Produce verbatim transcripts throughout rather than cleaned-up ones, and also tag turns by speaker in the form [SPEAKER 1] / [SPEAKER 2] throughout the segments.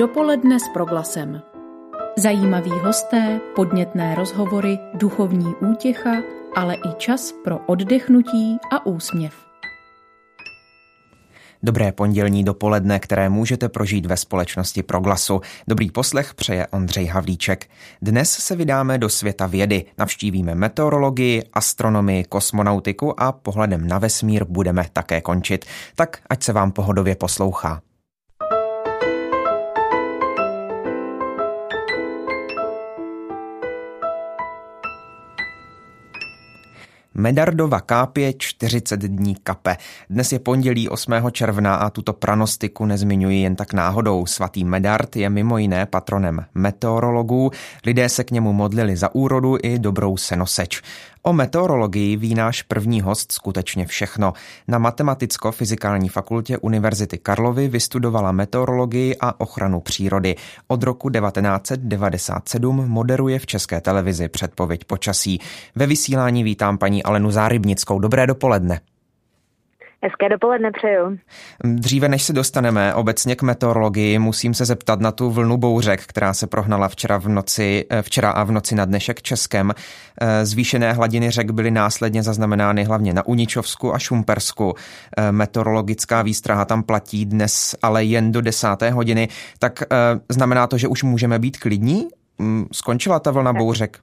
[SPEAKER 1] Dopoledne s Proglasem. Zajímaví hosté, podnětné rozhovory, duchovní útěcha, ale i čas pro oddechnutí a úsměv.
[SPEAKER 2] Dobré pondělní dopoledne, které můžete prožít ve společnosti Proglasu. Dobrý poslech přeje Ondřej Havlíček. Dnes se vydáme do světa vědy. Navštívíme meteorologii, astronomii, kosmonautiku a pohledem na vesmír budeme také končit. Tak ať se vám pohodově poslouchá. Medardova kápě čtyřicet dní kape. Dnes je pondělí osmého června a tuto pranostiku nezmiňuji jen tak náhodou. Svatý Medard je mimo jiné patronem meteorologů. Lidé se k němu modlili za úrodu i dobrou senoseč. O meteorologii ví náš první host skutečně všechno. Na Matematicko-fyzikální fakultě Univerzity Karlovy vystudovala meteorologii a ochranu přírody. Od roku devatenáct set devadesát sedm moderuje v České televizi předpověď počasí. Ve vysílání vítám paní Alenu Zárybnickou. Dobré dopoledne.
[SPEAKER 3] Hezké dopoledne přeju.
[SPEAKER 2] Dříve než se dostaneme obecně k meteorologii, musím se zeptat na tu vlnu bouřek, která se prohnala včera, v noci, včera a v noci na dnešek Českem. Zvýšené hladiny řek byly následně zaznamenány hlavně na Uničovsku a Šumpersku. Meteorologická výstraha tam platí dnes ale jen do desáté hodiny. Tak znamená to, že už můžeme být klidní? Skončila ta vlna bouřek?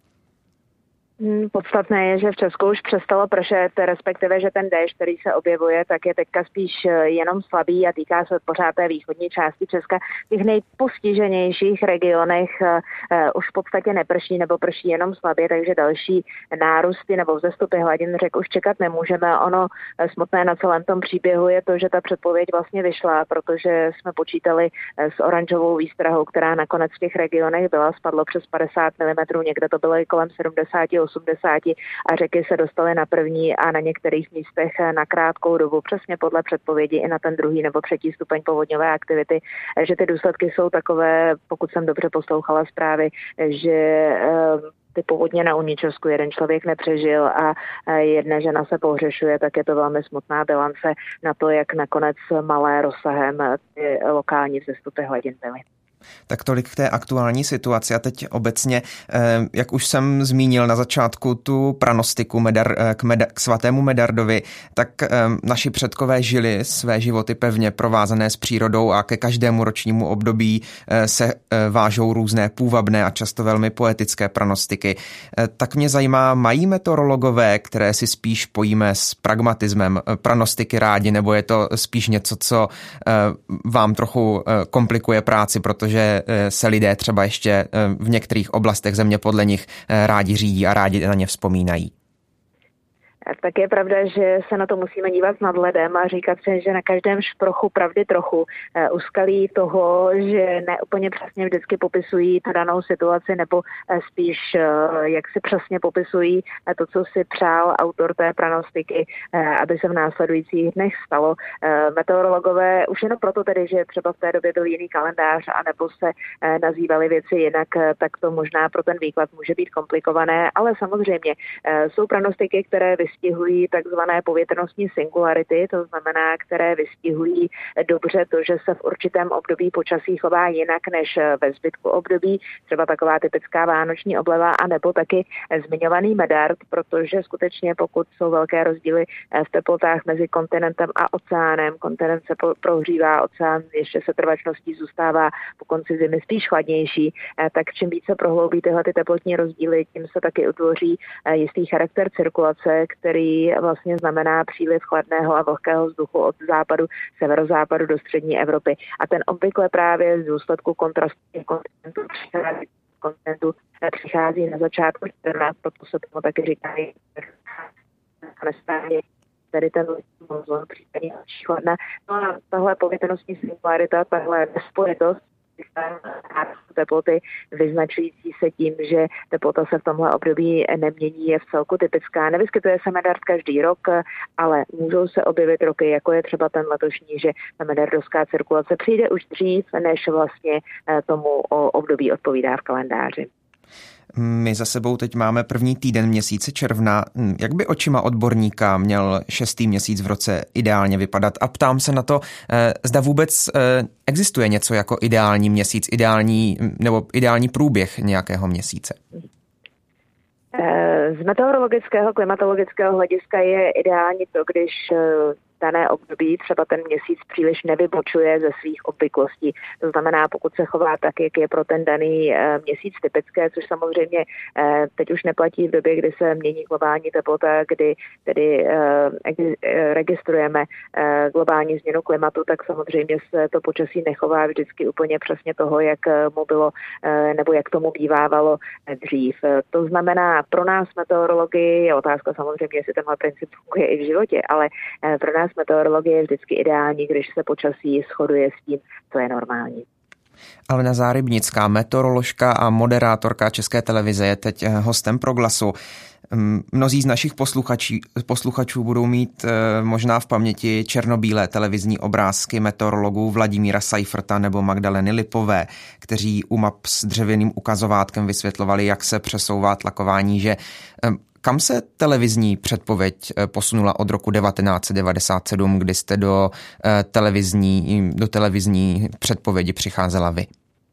[SPEAKER 3] Podstatné je, že v Česku už přestalo pršet, respektive, že ten déšť, který se objevuje, tak je teďka spíš jenom slabý a týká se pořád té východní části Česka. V těch nejpostiženějších regionech uh, už v podstatě neprší nebo prší jenom slabě, takže další nárůsty nebo vzestupy hladin řek už čekat nemůžeme. Ono smutné na celém tom příběhu je to, že ta předpověď vlastně vyšla, protože jsme počítali s oranžovou výstrahou, která nakonec v těch regionech byla, spadlo přes padesát milimetrů, někde to bylo i kolem sedmdesát osmdesát a řeky se dostaly na první a na některých místech na krátkou dobu, přesně podle předpovědi i na ten druhý nebo třetí stupeň povodňové aktivity, že ty důsledky jsou takové, pokud jsem dobře poslouchala zprávy, že ty povodně na Uničovsku jeden člověk nepřežil a jedna žena se pohřešuje, tak je to velmi smutná bilance na to, jak nakonec malé rozsahem ty lokální vzestupy hladin byly.
[SPEAKER 2] Tak tolik k té aktuální situaci a teď obecně, jak už jsem zmínil na začátku tu pranostiku medar, k, med, k svatému Medardovi, tak naši předkové žili své životy pevně provázané s přírodou a ke každému ročnímu období se vážou různé půvabné a často velmi poetické pranostiky. Tak mě zajímá, mají meteorologové, které si spíš pojíme s pragmatismem, pranostiky rádi, nebo je to spíš něco, co vám trochu komplikuje práci, protože že se lidé třeba ještě v některých oblastech země podle nich rádi řídí a rádi na ně vzpomínají?
[SPEAKER 3] Tak je pravda, že se na to musíme dívat s nadhledem a říkat si, že na každém šprochu pravdy trochu. Úskalí toho, že ne úplně přesně vždycky popisují tu danou situaci, nebo spíš jak si přesně popisují to, co si přál autor té pranostiky, aby se v následujících dnech stalo. Meteorologové už jenom proto tedy, že třeba v té době byl jiný kalendář, anebo se nazývaly věci jinak, tak to možná pro ten výklad může být komplikované, ale samozřejmě jsou pranostiky, které vystihují takzvané povětrnostní singularity, to znamená, které vystihují dobře to, že se v určitém období počasí chová jinak než ve zbytku období, třeba taková typická vánoční obleva, anebo taky zmiňovaný Medard, protože skutečně pokud jsou velké rozdíly v teplotách mezi kontinentem a oceánem, kontinent se prohřívá, oceán ještě se trvačností zůstává po konci zimy spíš chladnější, tak čím více prohloubí tyhle ty teplotní rozdíly, tím se taky utvoří jistý charakter cirkulace, který vlastně znamená příliv chladného a vlhkého vzduchu od západu, severozápadu do střední Evropy. A ten obvykle právě z důsledku kontrastu kontinentu přichází, kontinentu přichází na začátku června, proto se tomu taky říká tedy ten mozon případně chladna. No a tahle povětrnostní singularita, tahle nespojitost teploty vyznačující se tím, že teplota se v tomhle období nemění, je v celku typická. Nevyskytuje se Medard každý rok, ale můžou se objevit roky, jako je třeba ten letošní, že ta medardovská cirkulace přijde už dřív, než vlastně tomu období odpovídá v kalendáři.
[SPEAKER 2] My za sebou teď máme první týden měsíce června. Jak by očima odborníka měl šestý měsíc v roce ideálně vypadat? A ptám se na to, zda vůbec existuje něco jako ideální měsíc, ideální nebo ideální průběh nějakého měsíce.
[SPEAKER 3] Z meteorologického, klimatologického hlediska je ideální to, když dané období třeba ten měsíc příliš nevybočuje ze svých obvyklostí. To znamená, pokud se chová tak, jak je pro ten daný měsíc typické, což samozřejmě teď už neplatí v době, kdy se mění globální teplota, kdy tedy registrujeme globální změnu klimatu, tak samozřejmě se to počasí nechová vždycky úplně přesně toho, jak mu bylo nebo jak tomu bývávalo dřív. To znamená, pro nás meteorologii je otázka samozřejmě, jestli tenhle princip funguje i v životě, ale pro nás meteorologie je vždycky ideální, když se počasí shoduje s tím, co je normální.
[SPEAKER 2] Alena Zárybnická, meteoroložka a moderátorka České televize, je teď hostem Proglasu. Mnozí z našich posluchačů, posluchačů budou mít možná v paměti černobílé televizní obrázky meteorologů Vladimíra Seiferta nebo Magdaleny Lipové, kteří u map s dřevěným ukazovátkem vysvětlovali, jak se přesouvá tlakování, že kam se televizní předpověď posunula od roku devatenáct set devadesát sedm, kdy jste do televizní, do televizní předpovědi přicházela vy?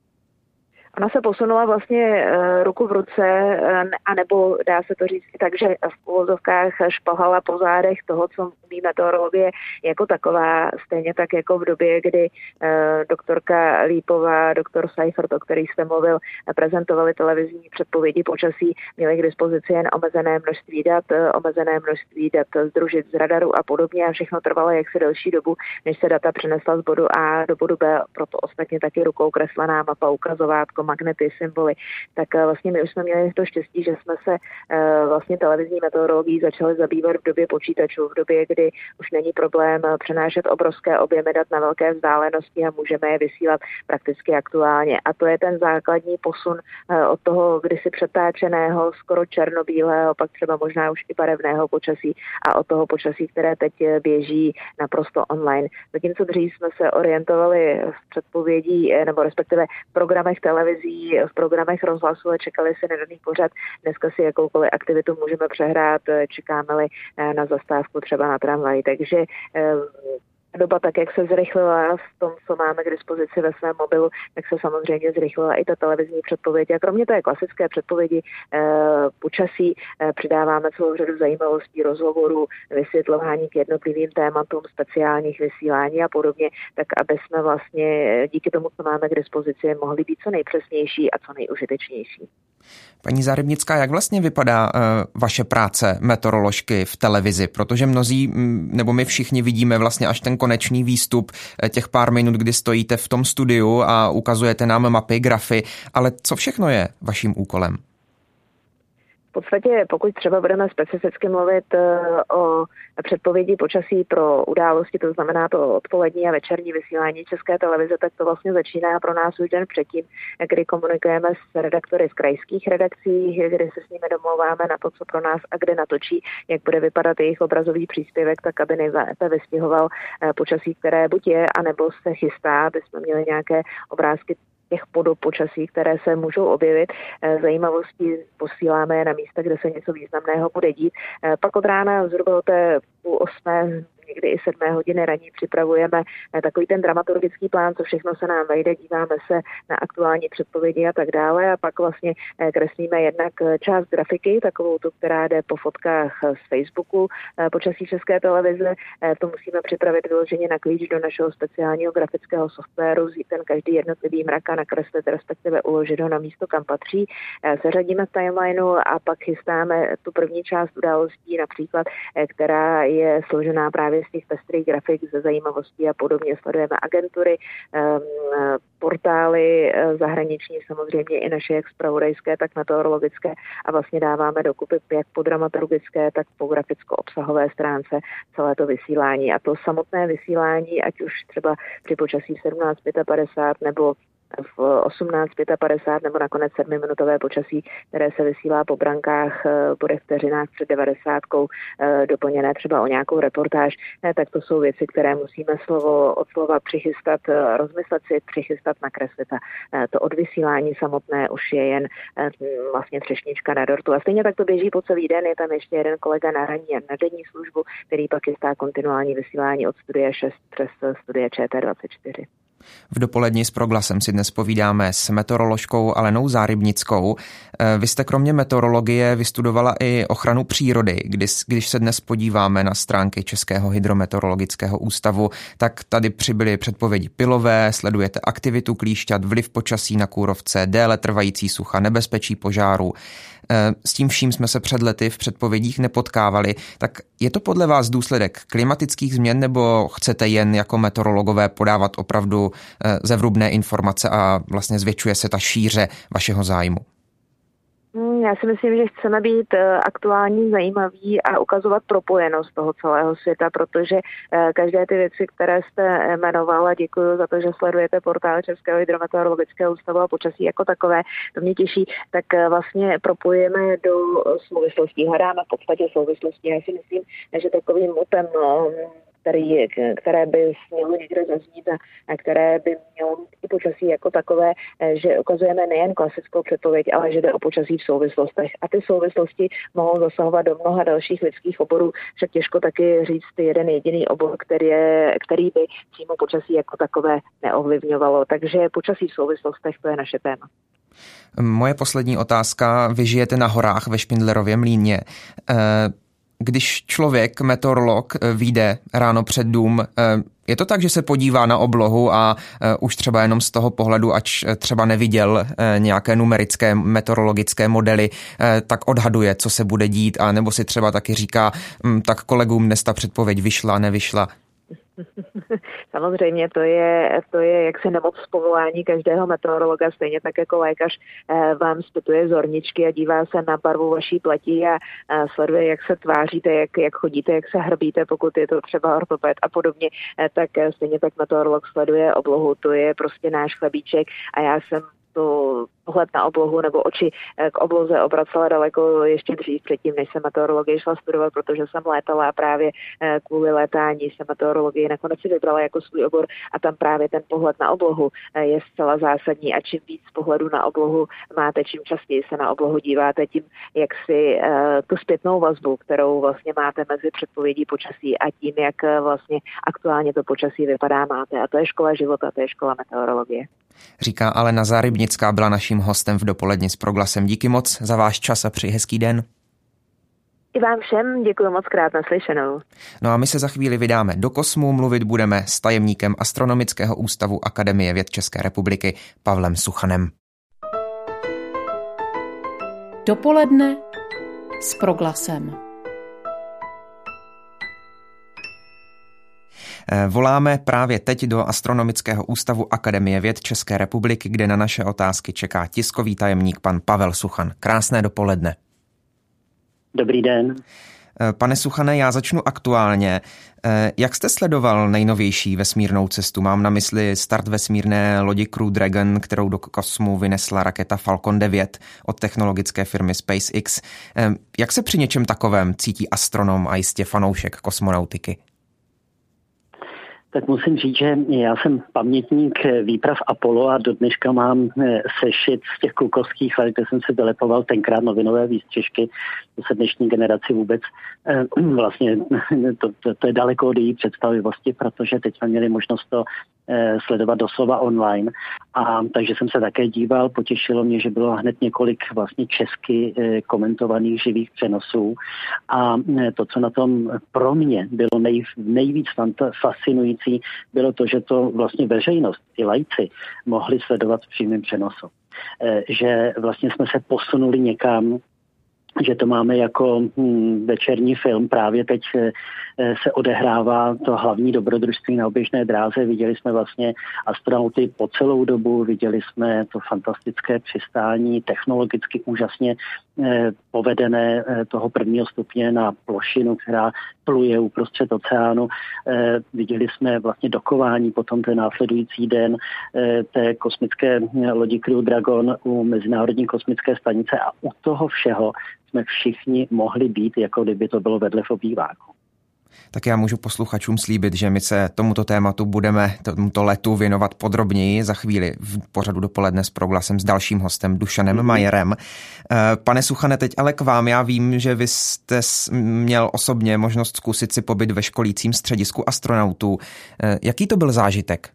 [SPEAKER 3] Ona se posunula vlastně ruku v ruce, anebo dá se to říct tak, že v uvozovkách šplhala po zádech toho, co umí meteorologie jako taková, stejně tak jako v době, kdy doktorka Lípová, doktor Seifert, o kterých jste mluvil, prezentovali televizní předpovědi počasí, měli k dispozici jen omezené množství dat, omezené množství dat združit z radaru a podobně a všechno trvalo jaksi delší dobu, než se data přenesla z bodu A do bodu B, proto ostatně taky rukou kreslená mapa, ukazovátko, magnety, symboly, tak vlastně my už jsme měli to štěstí, že jsme se vlastně televizní meteorologií začali zabývat v době počítačů, v době, kdy už není problém přenášet obrovské objemy dat na velké vzdálenosti a můžeme je vysílat prakticky aktuálně. A to je ten základní posun od toho kdysi přetáčeného, skoro černobílého, pak třeba možná už i barevného počasí a od toho počasí, které teď běží naprosto online. Zatímco dřív jsme se orientovali v předpovědí, nebo respektive v programech televize, v programech rozhlasu a čekali si na daný pořad. Dneska si jakoukoliv aktivitu můžeme přehrát, čekáme-li na zastávku třeba na tramvaj. Takže doba tak, jak se zrychlila v tom, co máme k dispozici ve svém mobilu, tak se samozřejmě zrychlila i ta televizní předpověď. A kromě té klasické předpovědi e, počasí e, přidáváme celou řadu zajímavostí, rozhovorů, vysvětlování k jednotlivým tématům, speciálních vysílání a podobně, tak aby jsme vlastně díky tomu, co máme k dispozici, mohli být co nejpřesnější a co nejužitečnější.
[SPEAKER 2] Paní Zárybnická, jak vlastně vypadá uh, vaše práce meteoroložky v televizi? Protože mnozí, nebo my všichni vidíme vlastně až ten konečný výstup těch pár minut, kdy stojíte v tom studiu a ukazujete nám mapy, grafy, ale co všechno je vaším úkolem?
[SPEAKER 3] V podstatě, pokud třeba budeme specificky mluvit o předpovědi počasí pro události, to znamená to odpolední a večerní vysílání České televize, tak to vlastně začíná pro nás už den předtím, kdy komunikujeme s redaktory v krajských redakcích, kdy se s nimi domlouváme na to, co pro nás a kde natočí, jak bude vypadat jejich obrazový příspěvek, tak aby nejlépe vystihoval počasí, které buď je, anebo se chystá, aby jsme měli nějaké obrázky těch podob počasí, které se můžou objevit. Zajímavosti posíláme je na místa, kde se něco významného bude dít. Pak od rána zhruba o té půl osmé, někdy i sedmé hodiny raní připravujeme takový ten dramaturgický plán, co všechno se nám vejde, díváme se na aktuální předpovědi a tak dále a pak vlastně kreslíme jednak část grafiky, takovou tu, která jde po fotkách z Facebooku počasí České televize. To musíme připravit vyloženě na klíč do našeho speciálního grafického softwaru, vzít ten každý jednotlivý mrak a nakreslit, respektive uložit ho na místo, kam patří. Seřadíme v timelineu a pak chystáme tu první část událostí, například, která je složená právě z těch pestrých grafik ze zajímavostí a podobně. Sledujeme agentury, portály zahraniční, samozřejmě i naše jak zpravodajské, tak meteorologické a vlastně dáváme dokupy jak po dramaturgické, tak po graficko-obsahové stránce celé to vysílání. A to samotné vysílání, ať už třeba při počasí sedmnáct padesát pět nebo v osmnáct padesát pět nebo nakonec sedmiminutové počasí, které se vysílá po brankách, bude vteřinách před devadesátkou doplněné třeba o nějakou reportáž, tak to jsou věci, které musíme slovo od slova přichystat, rozmyslet si, přichystat, nakreslit. A to odvysílání samotné už je jen vlastně třešnička na dortu. A stejně tak to běží po celý den, je tam ještě jeden kolega na ranní a na denní službu, který pak chystá kontinuální vysílání od Studia šest přes Studia Č T dvacet čtyři.
[SPEAKER 2] V dopoledni s Proglasem si dnes povídáme s meteoroložkou Alenou Zárybnickou. Vy jste kromě meteorologie vystudovala i ochranu přírody. Když, když se dnes podíváme na stránky Českého hydrometeorologického ústavu, tak tady přibyly předpovědi pilové, sledujete aktivitu klíšťat, vliv počasí na kůrovce, déle trvající sucha, nebezpečí požáru. S tím vším jsme se před lety v předpovědích nepotkávali. Tak je to podle vás důsledek klimatických změn, nebo chcete jen jako meteorologové podávat opravdu zevrubné informace a vlastně zvětšuje se ta šíře vašeho zájmu?
[SPEAKER 3] Já si myslím, že chceme být aktuální, zajímaví a ukazovat propojenost toho celého světa, protože každé ty věci, které jste jmenovala, děkuji za to, že sledujete portál Českého hydrometeorologického ústavu a počasí jako takové, to mě těší, tak vlastně propojujeme do souvislostí, hledáme v podstatě souvislostí. Já si myslím, že takovým motem, který, které by mělo někde zaznít a které by mělo mít i počasí jako takové, že ukazujeme nejen klasickou předpověď, ale že jde o počasí v souvislostech. A ty souvislosti mohou zasahovat do mnoha dalších lidských oborů, však těžko taky říct jeden jediný obor, který, je, který by přímo počasí jako takové neovlivňovalo. Takže počasí v souvislostech, to je naše téma.
[SPEAKER 2] Moje poslední otázka. Vy žijete na horách ve Špindlerově Mlýně. Když člověk, meteorolog, vyjde ráno před dům, je to tak, že se podívá na oblohu a už třeba jenom z toho pohledu, ač třeba neviděl nějaké numerické meteorologické modely, tak odhaduje, co se bude dít, a nebo si třeba taky říká, tak kolegům dnes ta předpověď vyšla, nevyšla?
[SPEAKER 3] Samozřejmě to je, to je jaksi nemoc z povolání každého meteorologa, stejně tak jako lékař vám zpytuje zorničky a dívá se na barvu vaší pleti a sleduje, jak se tváříte, jak, jak chodíte, jak se hrbíte, pokud je to třeba ortoped a podobně, tak stejně tak meteorolog sleduje oblohu, to je prostě náš chlebíček a já jsem to pohled na oblohu nebo oči k obloze obracela daleko ještě dřív předtím, než jsem meteorologii šla studovat, protože jsem létala a právě kvůli létání jsem meteorologii nakonec si vybrala jako svůj obor a tam právě ten pohled na oblohu je zcela zásadní a čím víc pohledu na oblohu máte, čím častěji se na oblohu díváte, tím jak si tu zpětnou vazbu, kterou vlastně máte mezi předpovědí počasí a tím, jak vlastně aktuálně to počasí vypadá, máte. A to je škola života, to je škola meteorologie.
[SPEAKER 2] Říká Alena Zárybnická, byla naším hostem v dopoledni s Proglasem. Díky moc za váš čas a přeji hezký den.
[SPEAKER 3] I vám všem děkuji moc krát, naslyšenou.
[SPEAKER 2] No a my se za chvíli vydáme do kosmu, mluvit budeme s tajemníkem Astronomického ústavu Akademie věd České republiky Pavlem Suchanem.
[SPEAKER 1] Dopoledne s Proglasem.
[SPEAKER 2] Voláme právě teď do Astronomického ústavu Akademie věd České republiky, kde na naše otázky čeká tiskový tajemník pan Pavel Suchan. Krásné dopoledne.
[SPEAKER 4] Dobrý den.
[SPEAKER 2] Pane Suchane, já začnu aktuálně. Jak jste sledoval nejnovější vesmírnou cestu? Mám na mysli start vesmírné lodi Crew Dragon, kterou do kosmu vynesla raketa Falcon devět od technologické firmy SpaceX. Jak se při něčem takovém cítí astronom a jistě fanoušek kosmonautiky?
[SPEAKER 4] Tak musím říct, že já jsem pamětník výprav Apollo a do dneška mám sešit z těch klukovských let, kde jsem se vylepoval tenkrát novinové výstřižky. To se dnešní generaci vůbec vlastně to, to, to je daleko od její představivosti, protože teď jsme měli možnost to sledovat doslova online. A takže jsem se také díval, potěšilo mě, že bylo hned několik vlastně česky komentovaných živých přenosů. A to, co na tom pro mě bylo nej, nejvíc fascinující, bylo to, že to vlastně veřejnost, i laici, mohli sledovat v přímém přenosu. Že vlastně jsme se posunuli někam, že to máme jako hm, večerní film. Právě teď se, se odehrává to hlavní dobrodružství na oběžné dráze. Viděli jsme vlastně astronauty po celou dobu, viděli jsme to fantastické přistání, technologicky úžasně eh, povedené eh, toho prvního stupně na plošinu, která pluje uprostřed oceánu. Eh, viděli jsme vlastně dokování potom ten následující den eh, té kosmické lodi Crew Dragon u Mezinárodní kosmické stanice a u toho všeho jsme všichni mohli být, jako kdyby to bylo vedle v obýváku.
[SPEAKER 2] Tak já můžu posluchačům slíbit, že my se tomuto tématu budeme, tomuto letu věnovat podrobněji za chvíli v pořadu Dopoledne s Proglasem s dalším hostem Dušanem mm-hmm. Majerem. Pane Suchane, teď ale k vám. Já vím, že vy jste měl osobně možnost zkusit si pobyt ve školícím středisku astronautů. Jaký to byl zážitek?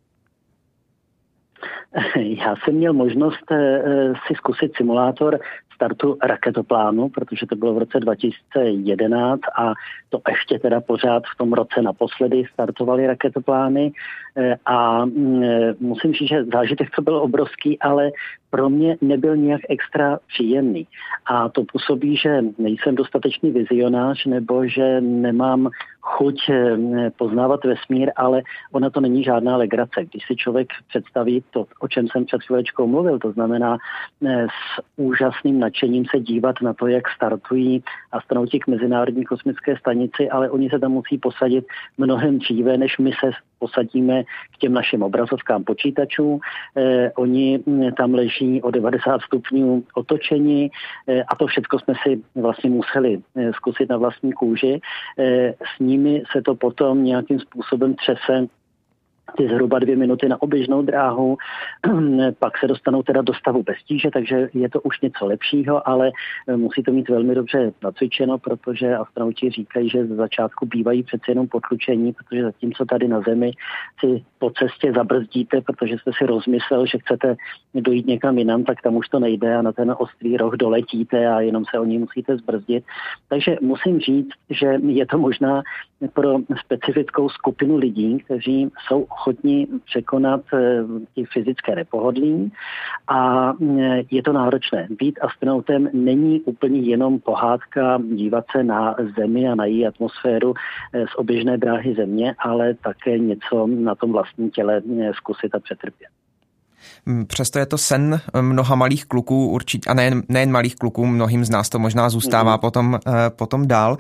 [SPEAKER 4] Já jsem měl možnost si zkusit simulátor startu raketoplánu, protože to bylo v roce dva tisíce jedenáct a to ještě teda pořád v tom roce naposledy startovaly raketoplány a musím říct, že zážitek to byl obrovský, ale pro mě nebyl nějak extra příjemný. A to působí, že nejsem dostatečný vizionář nebo že nemám chuť poznávat vesmír, ale ona to není žádná legrace. Když si člověk představí to, o čem jsem před chvílečkou mluvil, to znamená s úžasným nadšením se dívat na to, jak startují astronauti k Mezinárodní kosmické stanici, ale oni se tam musí posadit mnohem dříve, než my se posadíme k těm našim obrazovkám počítačů. Eh, oni tam leží o devadesát stupňů otočení eh, a to všechno jsme si vlastně museli eh, zkusit na vlastní kůži. Eh, s nimi se to potom nějakým způsobem třese ty zhruba dvě minuty na oběžnou dráhu, pak se dostanou teda do stavu bez tíže, takže je to už něco lepšího, ale musí to mít velmi dobře nacvičeno, protože astronauti říkají, že z začátku bývají přece jenom potlučení, protože zatímco tady na Zemi si po cestě zabrzdíte, protože jste si rozmyslel, že chcete dojít někam jinam, tak tam už to nejde a na ten ostrý roh doletíte a jenom se o ní musíte zbrzdit. Takže musím říct, že je to možná pro specifickou skupinu lidí, kteří jsou ochotní překonat ty fyzické nepohodlí a je to náročné. Být astronautem není úplně jenom pohádka dívat se na Zemi a na její atmosféru z oběžné dráhy Země, ale také něco na tom vlastním těle zkusit a přetrpět.
[SPEAKER 2] Přesto je to sen mnoha malých kluků, určitě, a nejen, nejen malých kluků, mnohým z nás to možná zůstává mm-hmm. potom, potom dál.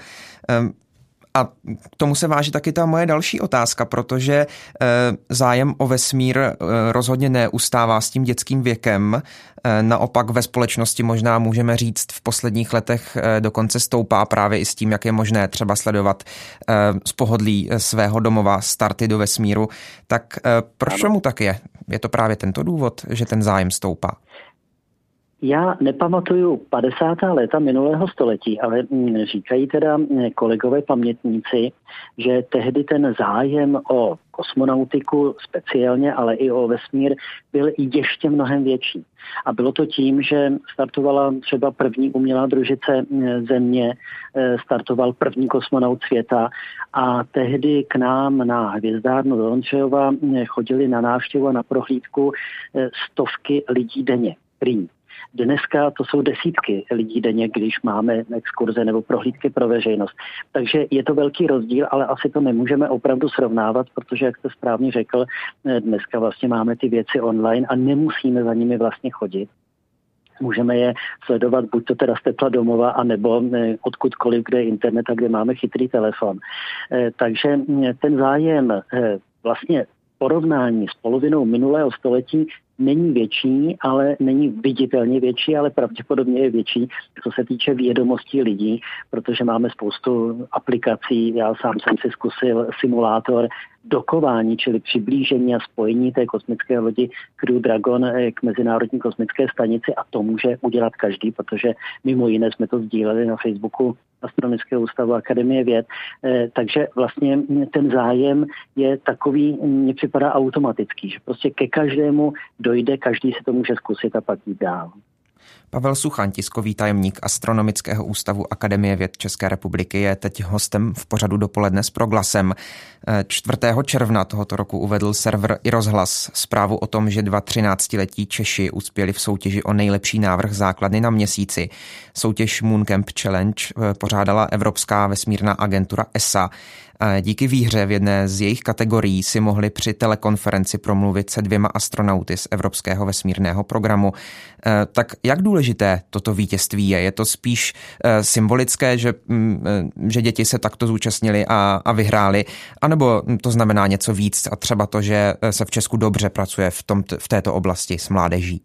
[SPEAKER 2] A k tomu se váží taky ta moje další otázka, protože e, zájem o vesmír e, rozhodně neustává s tím dětským věkem. E, naopak ve společnosti možná můžeme říct v posledních letech e, dokonce stoupá právě i s tím, jak je možné třeba sledovat e, z pohodlí svého domova starty do vesmíru. Tak e, proč tomu tak je? Je to právě tento důvod, že ten zájem stoupá?
[SPEAKER 4] Já nepamatuju padesátá léta minulého století, ale říkají teda kolegové pamětníci, že tehdy ten zájem o kosmonautiku speciálně, ale i o vesmír byl ještě mnohem větší. A bylo to tím, že startovala třeba první umělá družice Země, startoval první kosmonaut světa a tehdy k nám na hvězdárnu do Ondřejova chodili na návštěvu a na prohlídku stovky lidí denně. Prý. Dneska to jsou desítky lidí denně, když máme exkurze nebo prohlídky pro veřejnost. Takže je to velký rozdíl, ale asi to nemůžeme opravdu srovnávat, protože, jak jste správně řekl, dneska vlastně máme ty věci online a nemusíme za nimi vlastně chodit. Můžeme je sledovat buď to teda z tepla domova, anebo odkudkoliv, kde je internet a kde máme chytrý telefon. Takže ten zájem vlastně porovnání s polovinou minulého století není větší, ale není viditelně větší, ale pravděpodobně je větší, co se týče vědomostí lidí, protože máme spoustu aplikací. Já sám jsem si zkusil simulátor dokování, čili přiblížení a spojení té kosmické lodi Crew Dragon k Mezinárodní kosmické stanici a to může udělat každý, protože mimo jiné jsme to sdíleli na Facebooku Astronomického ústavu Akademie věd. Takže vlastně ten zájem je takový, mně připadá automatický, že prostě ke každému dojde, každý si to může zkusit a pak jít dál.
[SPEAKER 2] Pavel Suchaň, tiskový tajemník Astronomického ústavu Akademie věd České republiky, je teď hostem v pořadu Dopoledne s Proglasem. čtvrtého června tohoto roku uvedl server iRozhlas zprávu o tom, že dva třináctiletí Češi uspěli v soutěži o nejlepší návrh základny na měsíci. Soutěž Mooncamp Challenge pořádala Evropská vesmírná agentura E S A. Díky výhře v jedné z jejich kategorií si mohli při telekonferenci promluvit se dvěma astronauty z Evropského vesmírného programu. Tak jak důležité toto vítězství je? Je to spíš symbolické, že, že děti se takto zúčastnili a, a vyhráli, anebo to znamená něco víc a třeba to, že se v Česku dobře pracuje v, tom, v této oblasti s mládeží?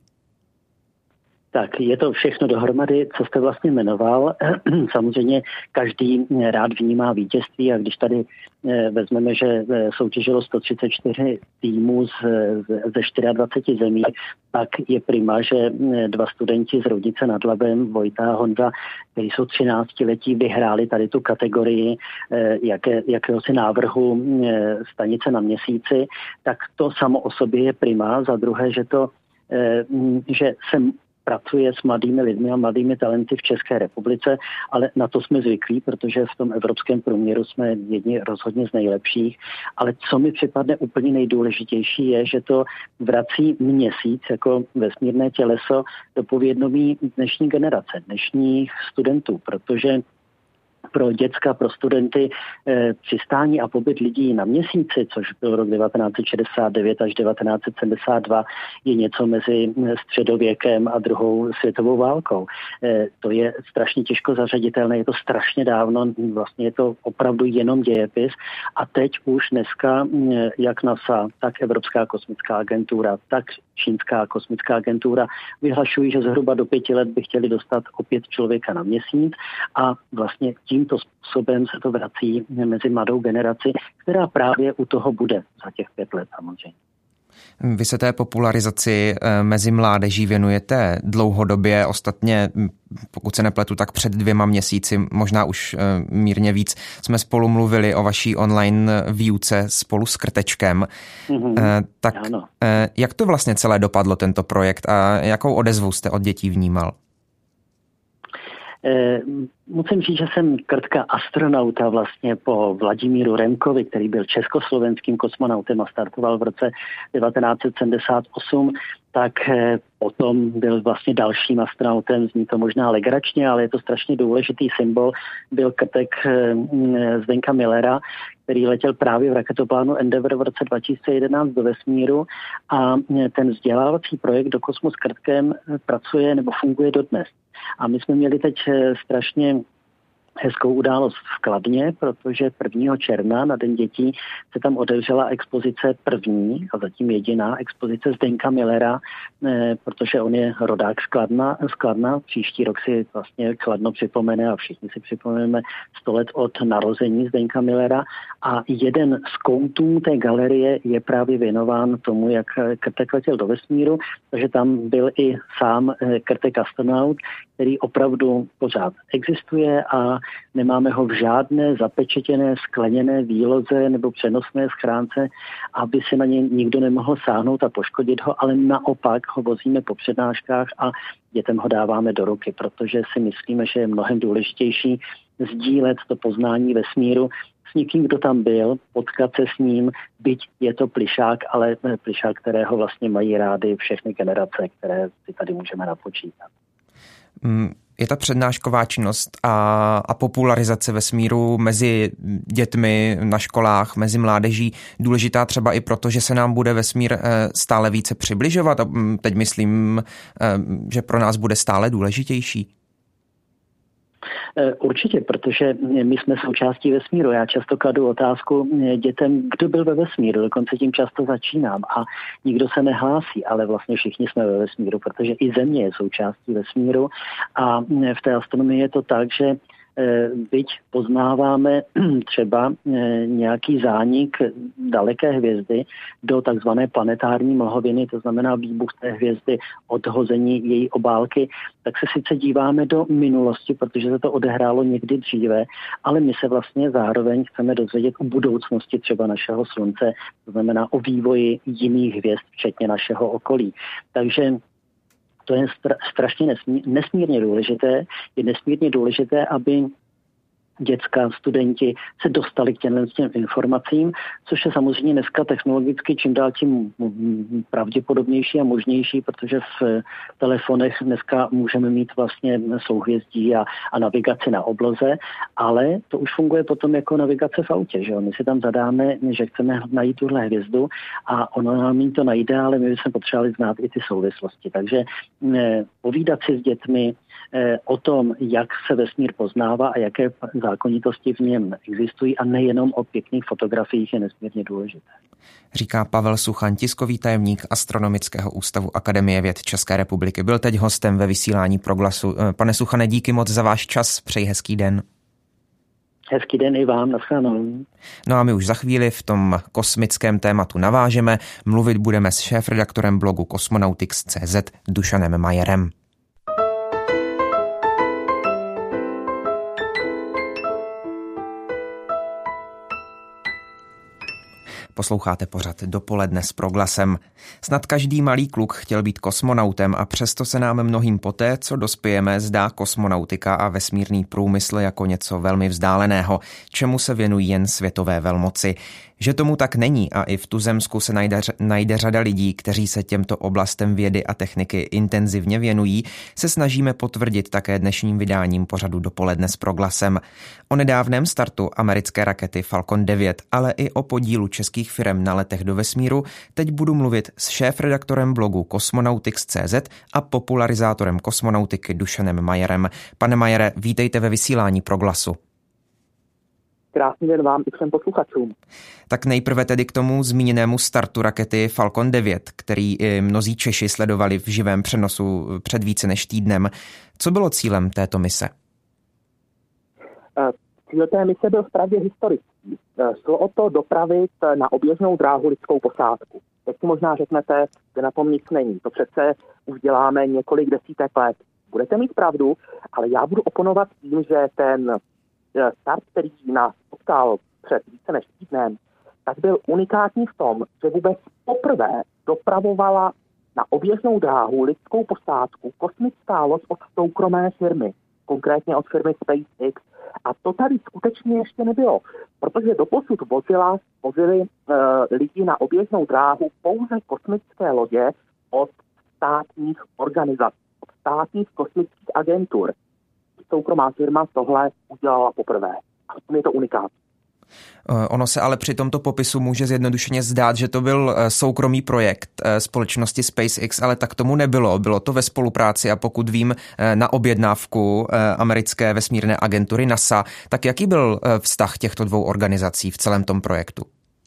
[SPEAKER 4] Tak je to všechno dohromady, co jste vlastně jmenoval. Samozřejmě každý rád vnímá vítězství a když tady vezmeme, že soutěžilo sto třicet čtyři týmů ze dvaceti čtyř zemí, tak je prima, že dva studenti z Roudnice nad Labem, Vojta a Honza, kteří jsou třináctiletí, vyhráli tady tu kategorii jaké, jakéhosi návrhu stanice na měsíci, tak to samo o sobě je prima. Za druhé, že to, že jsem pracuje s mladými lidmi a mladými talenty v České republice, ale na to jsme zvyklí, protože v tom evropském průměru jsme jedni rozhodně z nejlepších. Ale co mi připadne úplně nejdůležitější je, že to vrací měsíc jako vesmírné těleso do povědomí dnešní generace, dnešních studentů, protože pro děcka, pro studenty e, přistání a pobyt lidí na měsíci, což byl rok devatenáct set šedesát devět až devatenáct set sedmdesát dva, je něco mezi středověkem a druhou světovou válkou. E, to je strašně těžko zařaditelné, je to strašně dávno, vlastně je to opravdu jenom dějepis a teď už dneska jak NASA, tak Evropská kosmická agentura, tak Čínská kosmická agentura vyhlašují, že zhruba do pěti let by chtěli dostat opět člověka na měsíc a vlastně tímto způsobem se to vrací mezi mladou generaci, která právě u toho bude za těch pět let samozřejmě.
[SPEAKER 2] Vy se té popularizaci mezi mládeží věnujete dlouhodobě, ostatně, pokud se nepletu, tak před dvěma měsíci, možná už mírně víc, jsme spolu mluvili o vaší online výuce spolu s Krtečkem. Mm-hmm. Tak ano. Jak to vlastně celé dopadlo, tento projekt, a jakou odezvu jste od dětí vnímal?
[SPEAKER 4] Musím říct, že jsem Krtka astronauta vlastně po Vladimíru Remkovi, který byl československým kosmonautem a startoval v roce devatenáct set sedmdesát osm, tak potom byl vlastně dalším astronautem, zní to možná legračně, ale je to strašně důležitý symbol, byl Krtek Zdeňka Millera, který letěl právě v raketoplánu Endeavour v roce dva tisíce jedenáct do vesmíru a ten vzdělávací projekt Do kosmu s Krtkem pracuje nebo funguje dodnes. A my jsme měli teď strašně hezkou událost v Kladně, protože prvního června na Den dětí se tam otevřela expozice první a zatím jediná expozice Zdeňka Millera, eh, protože on je rodák z Kladna, z Kladna. Příští rok si vlastně Kladno připomene a všichni si připomeneme sto let od narození Zdeňka Millera a jeden z koutů té galerie je právě věnován tomu, jak Krtek letěl do vesmíru, takže tam byl i sám Krtek astronaut, který opravdu pořád existuje a nemáme ho v žádné zapečetěné skleněné výloze nebo přenosné schránce, aby se na ně nikdo nemohl sáhnout a poškodit ho, ale naopak ho vozíme po přednáškách a dětem ho dáváme do ruky, protože si myslíme, že je mnohem důležitější sdílet to poznání vesmíru s někým, kdo tam byl, potkat se s ním, byť je to plišák, ale plišák, kterého vlastně mají rády všechny generace, které si tady můžeme napočítat.
[SPEAKER 2] Je ta přednášková činnost a, a popularizace vesmíru mezi dětmi na školách, mezi mládeží důležitá třeba i proto, že se nám bude vesmír stále více přibližovat a teď myslím, že pro nás bude stále důležitější?
[SPEAKER 4] Určitě, protože my jsme součástí vesmíru. Já často kladu otázku dětem, kdo byl ve vesmíru, dokonce tím často začínám a nikdo se nehlásí, ale vlastně všichni jsme ve vesmíru, protože i Země je součástí vesmíru a v té astronomii je to tak, že byť poznáváme třeba nějaký zánik daleké hvězdy do takzvané planetární mlhoviny, to znamená výbuch té hvězdy, odhození její obálky, tak se sice díváme do minulosti, protože se to odehrálo někdy dříve, ale my se vlastně zároveň chceme dozvědět o budoucnosti třeba našeho Slunce, to znamená o vývoji jiných hvězd, včetně našeho okolí. Takže To je strašně nesmír, nesmírně důležité. Je nesmírně důležité, aby děcka, studenti se dostali k těmhle těm informacím, což je samozřejmě dneska technologicky čím dál tím pravděpodobnější a možnější, protože v telefonech dneska můžeme mít vlastně souhvězdí a, a navigaci na obloze, ale to už funguje potom jako navigace v autě, že jo? My si tam zadáme, že chceme najít tuhle hvězdu a ono nám to najde, ale my bychom potřebovali znát i ty souvislosti. Takže ne, povídat si s dětmi eh, o tom, jak se vesmír poznává a jaké zákonitosti v něm existují a nejenom o pěkných fotografiích je nesmírně důležité.
[SPEAKER 2] Říká Pavel Suchaň, tiskový tajemník Astronomického ústavu Akademie věd České republiky. Byl teď hostem ve vysílání Proglasu. Pane Suchane, díky moc za váš čas, přeji hezký den.
[SPEAKER 4] Hezký den i vám, nashledanou.
[SPEAKER 2] No a my už za chvíli v tom kosmickém tématu navážeme. Mluvit budeme s šéfredaktorem blogu Cosmonautics tečka cé zet Dušanem Majerem. Posloucháte pořad Dopoledne s Proglasem. Snad každý malý kluk chtěl být kosmonautem a přesto se nám mnohým poté, co dospějeme, zdá kosmonautika a vesmírný průmysl jako něco velmi vzdáleného, čemu se věnují jen světové velmoci. Že tomu tak není a i v tuzemsku se najde, najde řada lidí, kteří se těmto oblastem vědy a techniky intenzivně věnují, se snažíme potvrdit také dnešním vydáním pořadu Dopoledne s Proglasem. O nedávném startu americké rakety Falcon devět, ale i o podílu českých firem na letech do vesmíru teď budu mluvit s šéfredaktorem blogu Cosmonautics tečka cé zet a popularizátorem kosmonautiky Dušanem Majerem. Pane Majere, vítejte ve vysílání Proglasu.
[SPEAKER 5] Krásný den vám i všem posluchačům.
[SPEAKER 2] Tak nejprve tedy k tomu zmíněnému startu rakety Falcon devět, který i mnozí Češi sledovali v živém přenosu před více než týdnem. Co bylo cílem této mise?
[SPEAKER 5] Cíl té mise byl vpravdě historický. Šlo o to dopravit na oběžnou dráhu lidskou posádku. Teď si možná řeknete, že na tom nic není. To přece už děláme několik desítek let. Budete mít pravdu, ale já budu oponovat tím, že ten start, který nás potkal před více než týdnem, tak byl unikátní v tom, že vůbec poprvé dopravovala na oběžnou dráhu lidskou posádku kosmická loď od soukromé firmy, konkrétně od firmy SpaceX. A to tady skutečně ještě nebylo, protože doposud vozila, vozili uh, lidi na oběžnou dráhu pouze kosmické lodě od státních organizací, od státních kosmických agentur. Soukromá firma tohle udělala poprvé. A je to unikátní.
[SPEAKER 2] Ono se ale při tomto popisu může zjednodušeně zdát, že to byl soukromý projekt společnosti SpaceX, ale tak tomu nebylo. Bylo to ve spolupráci a pokud vím na objednávku americké vesmírné agentury NASA. Tak jaký byl vztah těchto dvou organizací v celém tom projektu?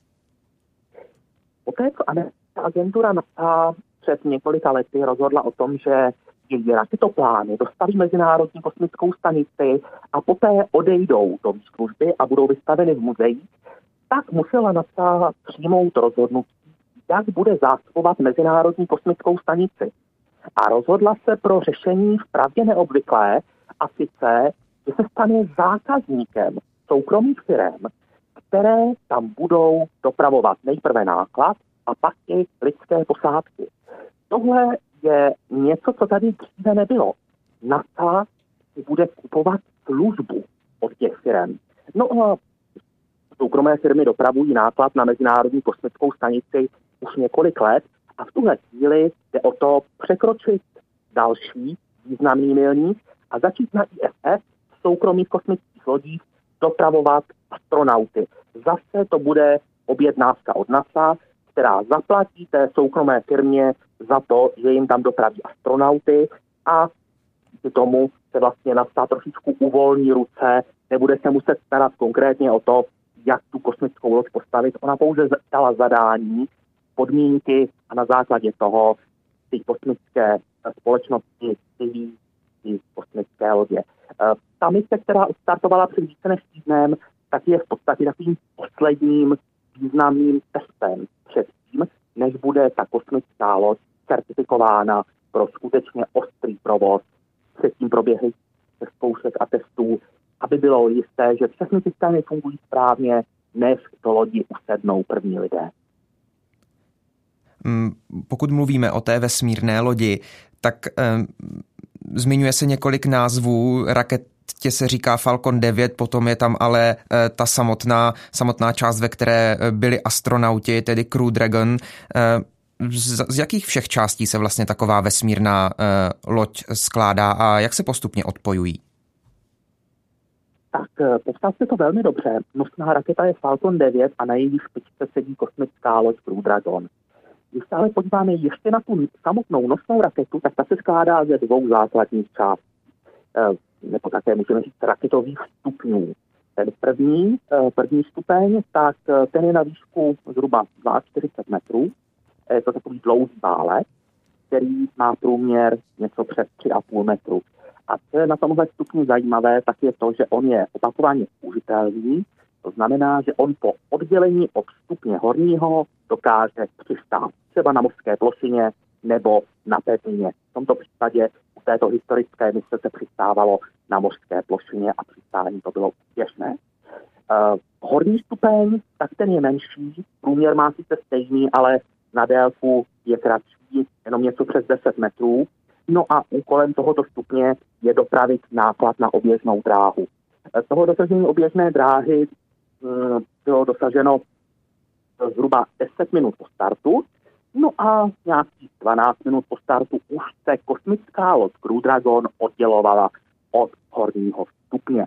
[SPEAKER 5] Poté, co americká agentura NASA před několika lety rozhodla o tom, že její raketoplány dostaví Mezinárodní kosmickou stanici a poté odejdou do výzkumy a budou vystaveny v muzeích, tak musela NASA přijmout rozhodnutí, jak bude zásobovat Mezinárodní kosmickou stanici. A rozhodla se pro řešení vpravdě neobvyklé, a sice, že se stane zákazníkem soukromých firem, které tam budou dopravovat nejprve náklad a pak i lidské posádky. Tohle je něco, co tady dříve nebylo. NASA si bude kupovat službu od těch firm. No a soukromé firmy dopravují náklad na Mezinárodní kosmickou stanici už několik let a v tuhle chvíli jde o to překročit další významný milník a začít na I S S soukromých kosmických lodích dopravovat astronauty. Zase to bude objednávka od NASA, která zaplatí té soukromé firmě za to, že jim tam dopraví astronauty a k tomu se vlastně NASA trošičku uvolní ruce, nebude se muset starat konkrétně o to, jak tu kosmickou loď postavit. Ona pouze dala zadání, podmínky a na základě toho ty kosmické společnosti vyvíjí ty kosmické lodě. Ta mise, která odstartovala před více než týdnem, tak je v podstatě takovým posledním významným testem před tím, než bude ta kosmická loď certifikována pro skutečně ostrý provoz. Předtím proběhly zkoušek a testů, aby bylo jisté, že všechny systémy fungují správně, než do lodi usednou první lidé.
[SPEAKER 2] Pokud mluvíme o té vesmírné lodi, tak zmiňuje se několik názvů raket. Tě se říká Falcon devět, potom je tam ale e, ta samotná, samotná část, ve které byli astronauti, tedy Crew Dragon. E, z, z jakých všech částí se vlastně taková vesmírná e, loď skládá a jak se postupně odpojují?
[SPEAKER 5] Tak postavte to velmi dobře. Nosná raketa je Falcon devět a na její špičce sedí kosmická loď Crew Dragon. Když se ale podíváme ještě na tu samotnou nosnou raketu, tak ta se skládá ze dvou základních částí. E, nebo také můžeme říct raketových stupňů. Ten první, první stupeň, tak ten je na výšku zhruba čtyřicet dva metrů. Je to takový dlouhý válec, který má průměr něco přes tři a půl metru. A co je na tomhle stupni zajímavé, tak je to, že on je opakovaně použitelný. To znamená, že on po oddělení od stupně horního dokáže přistát třeba na mořské plošině nebo na pevnině. V tomto případě u této historické mise se přistávalo na mořské plošině a přistání to bylo úspěšné. Uh, horní stupeň, tak ten je menší, průměr má sice stejný, ale na délku je kratší, jenom něco přes deset metrů. No a úkolem tohoto stupně je dopravit náklad na oběžnou dráhu. Uh, toho dosažení oběžné dráhy um, bylo dosaženo zhruba deset minut po startu. No a nějakých dvanáct minut po startu už se kosmická loď Crew Dragon oddělovala od horního stupně.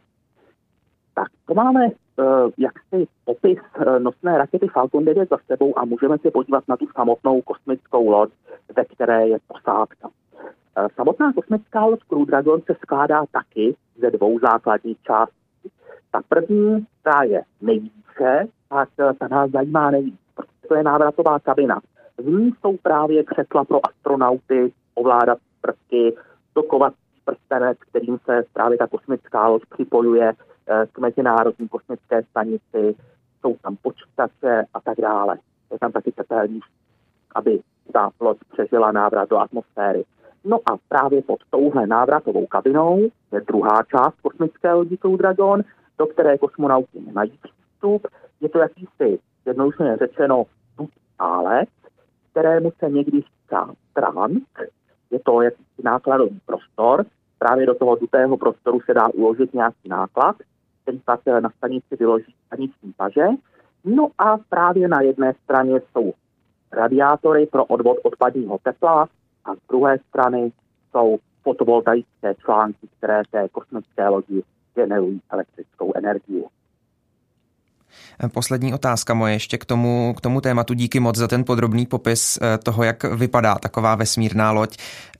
[SPEAKER 5] Tak to máme uh, jaksi popis uh, nosné rakety Falcon devět za sebou a můžeme se podívat na tu samotnou kosmickou loď, ve které je posádka. Uh, samotná kosmická loď Crew Dragon se skládá taky ze dvou základních částí. Ta první, ta je nejvíce, tak uh, ta nás zajímá nejvíc, protože to je návratová kabina. V ní jsou právě křesla pro astronauty, ovládat prvky, dokovací prstenec, kterým se právě ta kosmická loď připojuje k mezinárodní kosmické stanici, jsou tam počítače a tak dále. Je tam taky tepelník, aby ta loď přežila návrat do atmosféry. No a právě pod touhle návratovou kabinou je druhá část kosmické lodi Crew Dragon, do které kosmonauti nemají přístup. Je to jakýsi, jednoduše řečeno, nálet, kterému se někdy říká trunk. Je to jakýsi nákladový prostor. Právě do toho dutého prostoru se dá uložit nějaký náklad, který pak na stanici vyloží staniční paže. No a právě na jedné straně jsou radiátory pro odvod odpadního tepla a z druhé strany jsou fotovoltaické články, které té kosmické lodi generují elektrickou energii.
[SPEAKER 2] Poslední otázka moje ještě k tomu, k tomu tématu. Díky moc za ten podrobný popis toho, jak vypadá taková vesmírná loď.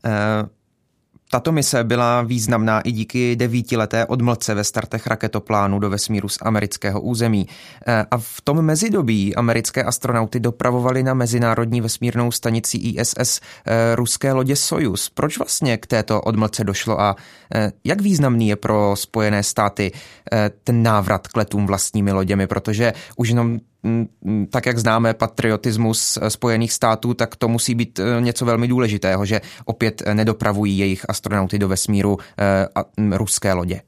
[SPEAKER 2] Tato mise byla významná i díky devítileté odmlce ve startech raketoplánu do vesmíru z amerického území. A v tom mezidobí americké astronauty dopravovali na mezinárodní vesmírnou stanici I S S ruské lodě Sojuz. Proč vlastně k této odmlce došlo a jak významný je pro Spojené státy ten návrat k letům vlastními loděmi? Protože už jenom tak, jak známe patriotismus Spojených států, tak to musí být něco velmi důležitého, že opět nedopravují jejich astronauty do vesmíru a ruské lodě.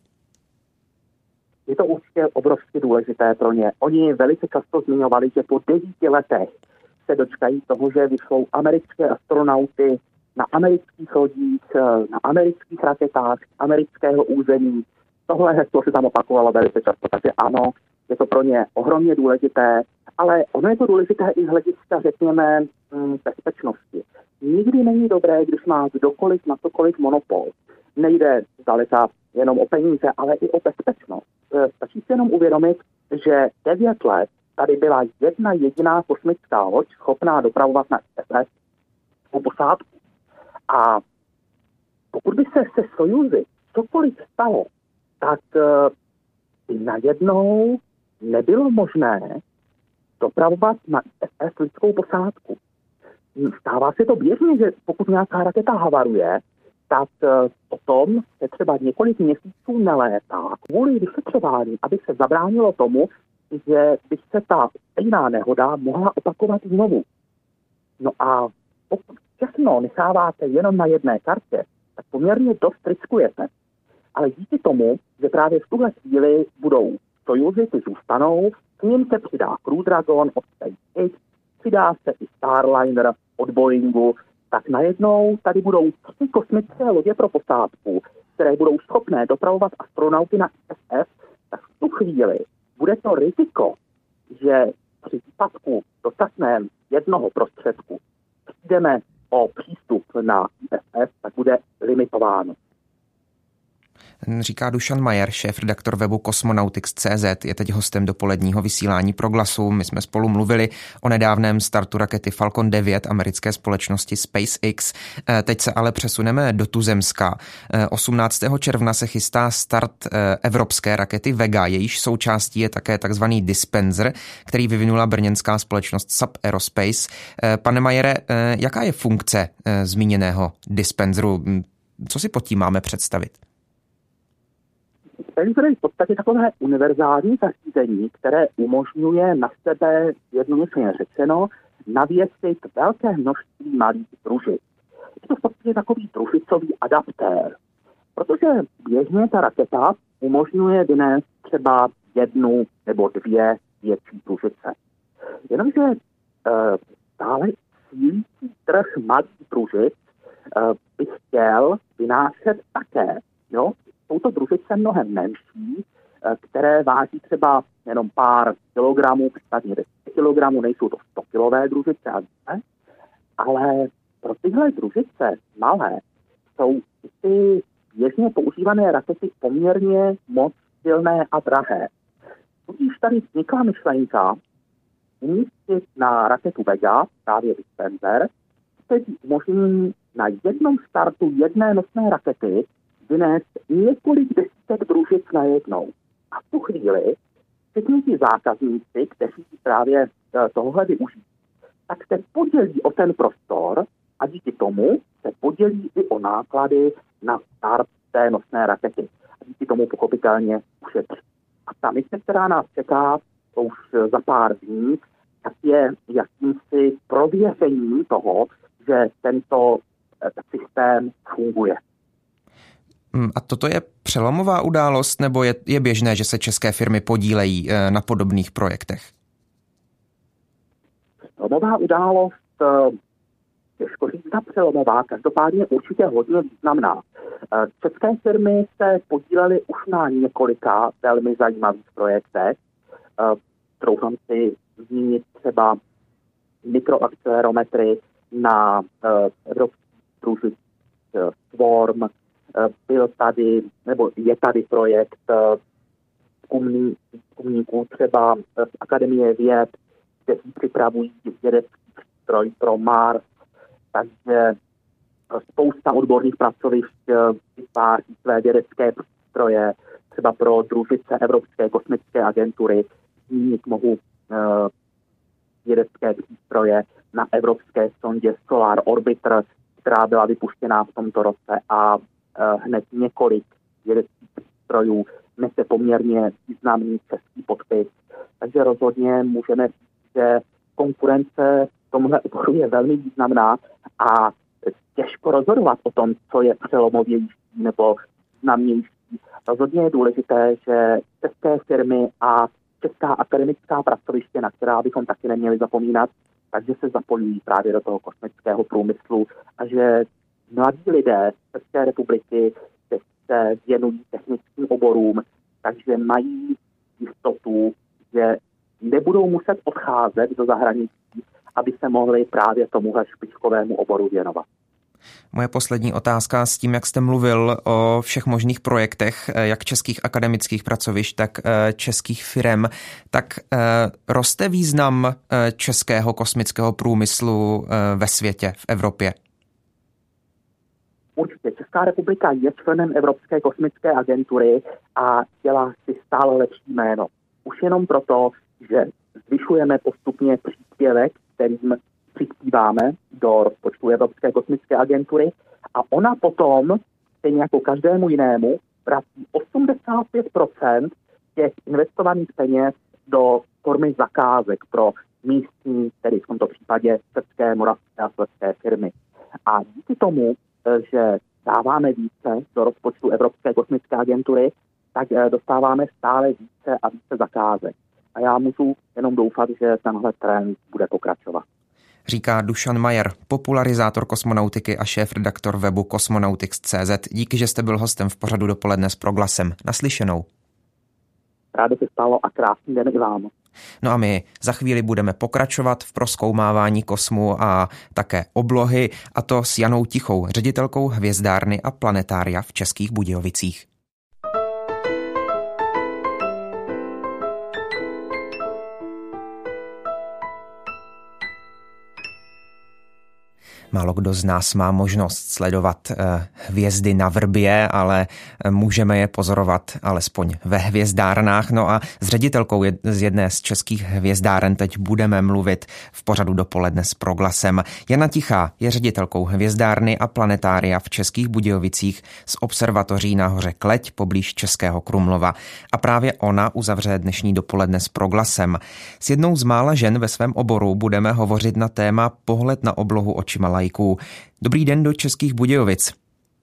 [SPEAKER 5] Je to určitě obrovsky důležité pro ně. Oni velice často zmiňovali, že po devíti letech se dočkají toho, že vyšlou americké astronauty na amerických lodích, na amerických raketách, amerického území. Tohle heslo se tam opakovalo velice často, takže ano, je to pro ně ohromně důležité, ale ono je to důležité i z hlediska, řekněme, bezpečnosti. Nikdy není dobré, když má kdokoliv na cokoliv monopol. Nejde zdaleka jenom o peníze, ale i o bezpečnost. Stačí si jenom uvědomit, že devět let tady byla jedna jediná kosmická loď schopná dopravovat na I S S po posádku. A pokud by se se Sojuzy cokoliv stalo, tak uh, najednou nebylo možné dopravovat na I S S lidskou posádku. Stává se to běžně, že pokud nějaká raketa havaruje, tak uh, potom se třeba několik měsíců nelétá kvůli vyšetřování, aby se zabránilo tomu, že by se ta stejná nehoda mohla opakovat znovu. No a pokud všechno necháváte jenom na jedné kartě, tak poměrně dost riskujete. Ale díky tomu, že právě v tuhle chvíli budou Sojuzy, ty zůstanou, k ním se přidá Crew Dragon od SpaceX, přidá se i Starliner od Boeingu, tak najednou tady budou tři kosmické lodě pro posádku, které budou schopné dopravovat astronauty na I S S, tak v tu chvíli bude to riziko, že při výpadku dočasném jednoho prostředku přijdeme o přístup na I S S, tak bude limitováno.
[SPEAKER 2] Říká Dušan Majer, šéf-redaktor webu Cosmonautics tečka cé zet, je teď hostem dopoledního vysílání Proglasu. My jsme spolu mluvili o nedávném startu rakety Falcon devět americké společnosti SpaceX. Teď se ale přesuneme do tuzemska. osmnáctého června se chystá start evropské rakety Vega, jejíž součástí je také takzvaný dispenser, který vyvinula brněnská společnost Sub Aerospace. Pane Majere, jaká je funkce zmíněného dispenseru? Co si pod tím máme představit?
[SPEAKER 5] Dispenser je v podstatě takové univerzální zařízení, které umožňuje na sebe, jednoduše řečeno, navěsit velké množství malých družic. Je to v podstatě takový družicový adaptér, protože běžně ta raketa umožňuje vynést třeba jednu nebo dvě větší družice. Jenomže e, stále sílící trh malých družic e, by chtěl vynášet také, jo? Jsou to družice mnohem menší, které váží třeba jenom pár kilogramů, případně deset kilogramů, nejsou to sto kilové družice a více, ale pro tyhle družice malé jsou ty běžně používané rakety poměrně moc silné a drahé. Tudíž tady vznikla myšlenka umístit na raketu Vega, právě dispenser, který umožní na jednom startu jedné nosné rakety vynést několik desítek družic najednou. A v tu chvíli všichni ti zákazníci, kteří právě tohle využijí, tak se podělí o ten prostor a díky tomu se podělí i o náklady na start té nosné rakety. A díky tomu pochopitelně ušetří. A ta mise, která nás čeká už za pár dní, tak je jakýmsi prověřením toho, že tento systém funguje.
[SPEAKER 2] A toto je přelomová událost, nebo je, je běžné, že se české firmy podílejí na podobných projektech?
[SPEAKER 5] Přelomová událost, těžko říct na přelomová, každopádně určitě hodně významná. České firmy se podílely už na několika velmi zajímavých projektech. Troufám si zmínit třeba mikroakcelerometry na evropský družic Swarm. Byl tady, nebo je tady projekt výzkumný, výzkumníků třeba z Akademie věd, kteří připravují vědecký přístroj pro Mars, takže spousta odborných pracovišť vytváří své vědecké přístroje, třeba pro družice Evropské kosmické agentury. Zmínit mohu uh, vědecké přístroje na evropské sondě Solar Orbiter, která byla vypuštěná v tomto roce a uh, hned několik vědeckých přístrojů nese poměrně významný český podpis. Takže rozhodně můžeme říct, že konkurence v tomhle oboru je velmi významná a těžko rozhodovat o tom, co je přelomovější nebo významnější. Rozhodně je důležité, že české firmy a česká akademická pracoviště, na která bychom taky neměli zapomínat, takže se zapojují právě do toho kosmického průmyslu a že mladí lidé z České republiky se věnují technickým oborům, takže mají jistotu, že nebudou muset odcházet do zahraničí, aby se mohli právě tomuhle špičkovému oboru věnovat.
[SPEAKER 2] Moje poslední otázka s tím, jak jste mluvil o všech možných projektech, jak českých akademických pracovišť, tak českých firem, tak roste význam českého kosmického průmyslu ve světě, v Evropě?
[SPEAKER 5] Určitě. Česká republika je členem Evropské kosmické agentury a dělá si stále lepší jméno. Už jenom proto, že zvyšujeme postupně příspěvek, kterým přispíváme do rozpočtu Evropské kosmické agentury a ona potom, stejně jako každému jinému, vrací osmdesát pět procent těch investovaných peněz do formy zakázek pro místní, tedy v tomto případě české, moravské a slezské firmy. A díky tomu, že dáváme více do rozpočtu Evropské kosmické agentury, tak dostáváme stále více a více zakázek. A já můžu jenom doufat, že tenhle trend bude pokračovat.
[SPEAKER 2] Říká Dušan Majer, popularizátor kosmonautiky a šéfredaktor webu Cosmonautics tečka cé zet. Díky, že jste byl hostem v pořadu Dopoledne s Proglasem. Naslyšenou.
[SPEAKER 5] Rádo se stalo a krásný den i vám.
[SPEAKER 2] No a my za chvíli budeme pokračovat v prozkoumávání kosmu a také oblohy, a to s Janou Tichou, ředitelkou hvězdárny a planetária v Českých Budějovicích. Málo kdo z nás má možnost sledovat hvězdy na vrbě, ale můžeme je pozorovat alespoň ve hvězdárnách. No a s ředitelkou z jedné z českých hvězdáren teď budeme mluvit v pořadu Dopoledne s Proglasem. Jana Tichá je ředitelkou hvězdárny a planetária v Českých Budějovicích z observatoří na hoře Kleť poblíž Českého Krumlova. A právě ona uzavře dnešní Dopoledne s Proglasem. S jednou z mála žen ve svém oboru budeme hovořit na téma pohled na oblohu očima lajků. Dobrý den do Českých Budějovic.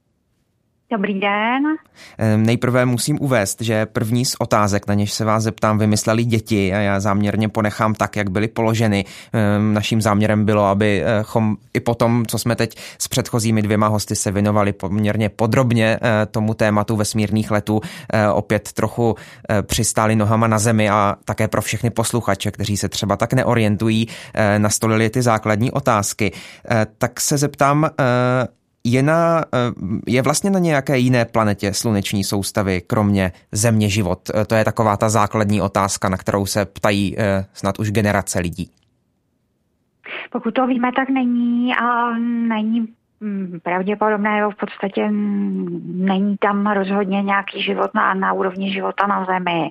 [SPEAKER 6] Dobrý den.
[SPEAKER 2] Nejprve musím uvést, že první z otázek, na něž se vás zeptám, vymysleli děti a já záměrně ponechám tak, jak byly položeny. Naším záměrem bylo, abychom i potom, co jsme teď s předchozími dvěma hosty se věnovali poměrně podrobně tomu tématu vesmírných letů, opět trochu přistáli nohama na zemi a také pro všechny posluchače, kteří se třeba tak neorientují, nastolili ty základní otázky. Tak se zeptám, Je, na, je vlastně na nějaké jiné planetě sluneční soustavy, kromě Země, život? To je taková ta základní otázka, na kterou se ptají snad už generace lidí.
[SPEAKER 6] Pokud to víme, tak není a není pravděpodobné, v podstatě není tam rozhodně nějaký život na, na úrovni života na Zemi.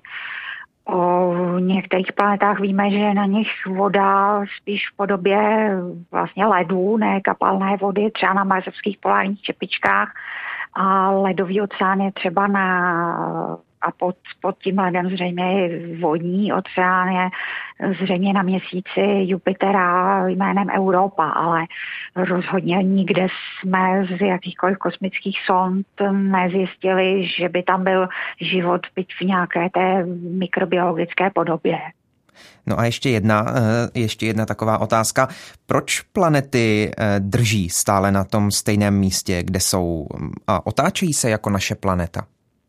[SPEAKER 6] O některých planetách víme, že je na nich voda spíš v podobě vlastně ledů, ne kapalné vody, třeba na marsovských polárních čepičkách, a ledový oceán je třeba na, a pod, pod tím ledem zřejmě je vodní oceán, je zřejmě na měsíci Jupitera jménem Europa, ale rozhodně nikde jsme z jakýchkoliv kosmických sond nezjistili, že by tam byl život, byť v nějaké té mikrobiologické podobě.
[SPEAKER 2] No a ještě jedna, ještě jedna taková otázka. Proč planety drží stále na tom stejném místě, kde jsou, a otáčejí se jako naše planeta?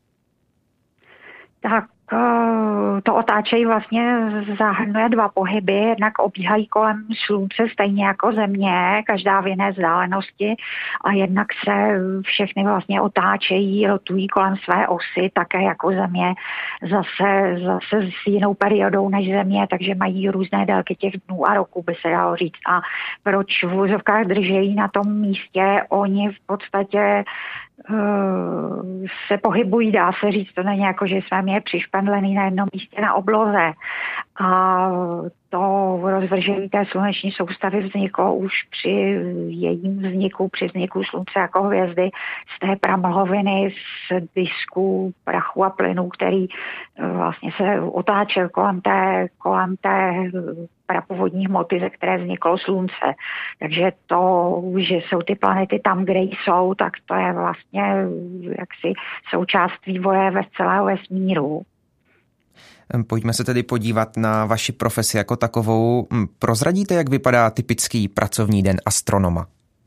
[SPEAKER 6] Tak to otáčejí vlastně zahrnuje dva pohyby. Jednak obíhají kolem Slunce stejně jako Země, každá v jiné vzdálenosti, a jednak se všechny vlastně otáčejí, rotují kolem své osy, také jako Země, zase, zase s jinou periodou než Země, takže mají různé délky těch dnů a roku, by se dalo říct. A proč v úzovkách držejí na tom místě? Oni v podstatě se pohybují, dá se říct, to není jako, že jsme mě přišpendlený na jednom místě na obloze. A to rozvržení té sluneční soustavy vzniklo už při jejím vzniku, při vzniku Slunce jako hvězdy z té pramlhoviny, z disku prachu a plynu, který vlastně se otáčel kolem té, kolem té prapovodní hmoty, ze které vzniklo Slunce. Takže to, že jsou ty planety tam, kde jsou, tak to je vlastně jaksi součást vývoje ve celého vesmíru.
[SPEAKER 2] Pojďme se tedy podívat na vaši profesi jako takovou. Prozradíte, jak vypadá typický pracovní den astronoma?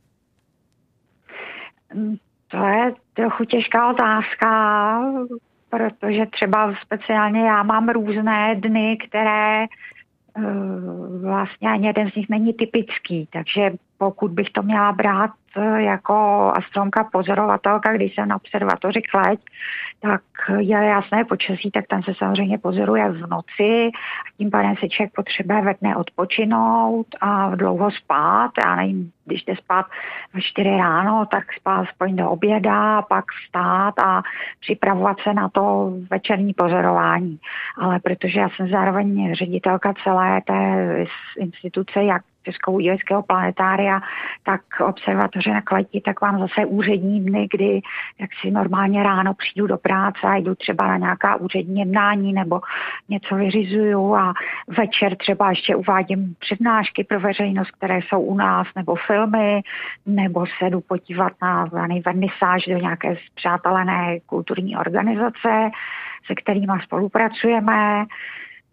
[SPEAKER 6] To je trochu těžká otázka, protože třeba speciálně já mám různé dny, které vlastně ani jeden z nich není typický, takže pokud bych to měla brát jako astronomka pozorovatelka, když jsem na observatoři Kleť, tak je jasné počasí, tak tam se samozřejmě pozoruje v noci a tím pádem se člověk potřebuje ve dne odpočinout a dlouho spát. Já nevím, když jde spát ve čtyři ráno, tak spát aspoň do oběda, pak vstát a připravovat se na to večerní pozorování. Ale protože já jsem zároveň ředitelka celé té instituce, jak Českého Budějovického planetária, tak observatoře na Kleti, tak mám zase úřední dny, kdy jak si normálně ráno přijdu do práce a jdu třeba na nějaká úřední jednání nebo něco vyřizuju a večer třeba ještě uvádím přednášky pro veřejnost, které jsou u nás, nebo filmy, nebo se jdu podívat na vernisáž do nějaké spřátelené kulturní organizace, se kterými spolupracujeme.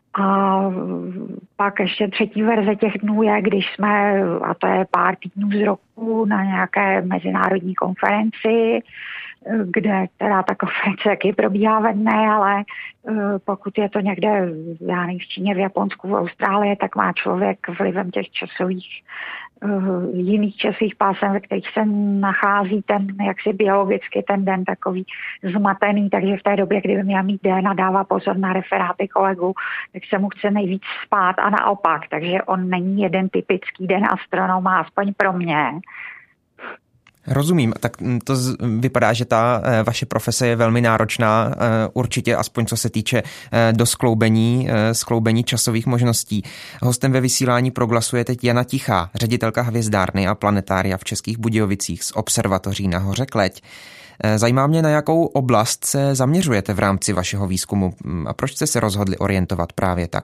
[SPEAKER 6] A pak ještě třetí verze těch dnů je, když jsme, a to je pár týdnů z roku, na nějaké mezinárodní konferenci, kde teda ta konference taky probíhá ve dne, ale pokud je to někde, já nevím, v Číně, v Japonsku, v Austrálii, tak má člověk vlivem těch časových jiných časových pásem, ve kterých se nachází ten, jaksi biologicky ten den takový zmatený, takže v té době, kdyby měl mít den a dává pozor na referáty kolegů, tak se mu chce nejvíc spát a naopak, takže on není jeden typický den astronoma, aspoň pro mě.
[SPEAKER 2] Rozumím, tak to vypadá, že ta vaše profese je velmi náročná, určitě aspoň co se týče do skloubení, skloubení časových možností. Hostem ve vysílání Proglasu je teď Jana Tichá, ředitelka hvězdárny a planetária v Českých Budějovicích z observatoří na hoře Kleť. Zajímá mě, na jakou oblast se zaměřujete v rámci vašeho výzkumu a proč jste se rozhodli orientovat právě tak?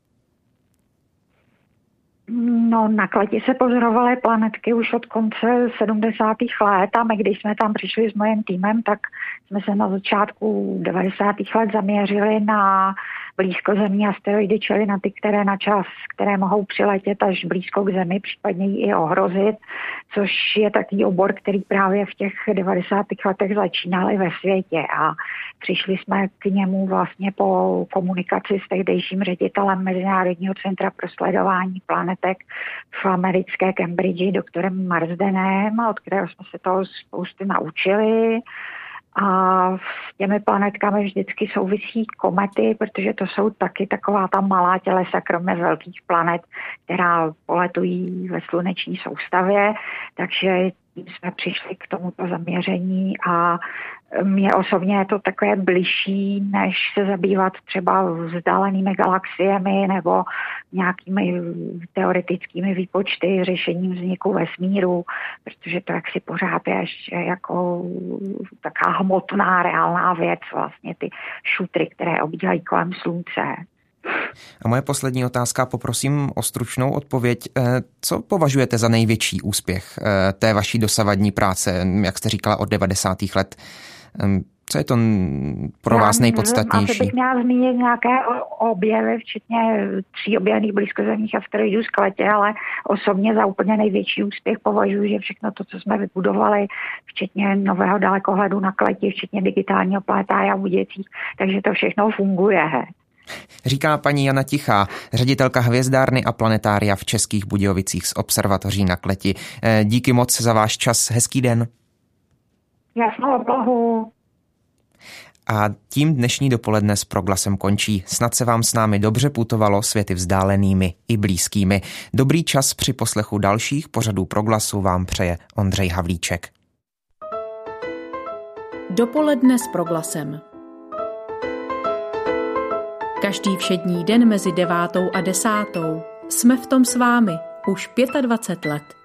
[SPEAKER 6] No, na Kleti se pozorovaly planetky už od konce sedmdesátých let a my, když jsme tam přišli s mojím týmem, tak jsme se na začátku devadesátých let zaměřili na blízkozemní asteroidy, čili na ty, které na čas, které mohou přiletět až blízko k Zemi, případně ji i ohrozit, což je takový obor, který právě v těch devadesátých letech začínal i ve světě a přišli jsme k němu vlastně po komunikaci s tehdejším ředitelem Mezinárodního centra pro sledování planetek v americké Cambridge, doktorem Marsdenem, od kterého jsme se toho spousty naučili. A s těmi planetkami vždycky souvisí komety, protože to jsou taky taková ta malá tělesa, kromě velkých planet, která poletují ve sluneční soustavě. Takže tím jsme přišli k tomuto zaměření a mě osobně je to takové bližší, než se zabývat třeba vzdálenými galaxiemi nebo nějakými teoretickými výpočty, řešením vzniku vesmíru, protože to jaksi pořád je ještě jako taková hmotná, reálná věc, vlastně ty šutry, které obíhají kolem slunce.
[SPEAKER 2] A moje poslední otázka, poprosím o stručnou odpověď. Co považujete za největší úspěch té vaší dosavadní práce, jak jste říkala, od devadesátých let? Co je to pro vás nejpodstatnější?
[SPEAKER 6] Asi bych měla zmínit nějaké objevy, včetně tří objevených blízkozemních asteroidů z Kletě, ale osobně za úplně největší úspěch považuji, že všechno to, co jsme vybudovali, včetně nového dalekohledu na Kleti, včetně digitálního planetária v Budějcích, takže to všechno funguje.
[SPEAKER 2] Říká paní Jana Tichá, ředitelka hvězdárny a planetária v Českých Budějovicích z observatoří na Kleti. Díky moc za váš čas, hezký den.
[SPEAKER 6] Jasnou oblohu.
[SPEAKER 2] A tím dnešní dopoledne s Proglasem končí. Snad se vám s námi dobře putovalo světy vzdálenými i blízkými. Dobrý čas při poslechu dalších pořadů Proglasu vám přeje Ondřej Havlíček.
[SPEAKER 1] Dopoledne s Proglasem. Každý všední den mezi devátou a desátou jsme v tom s vámi už dvacet pět let.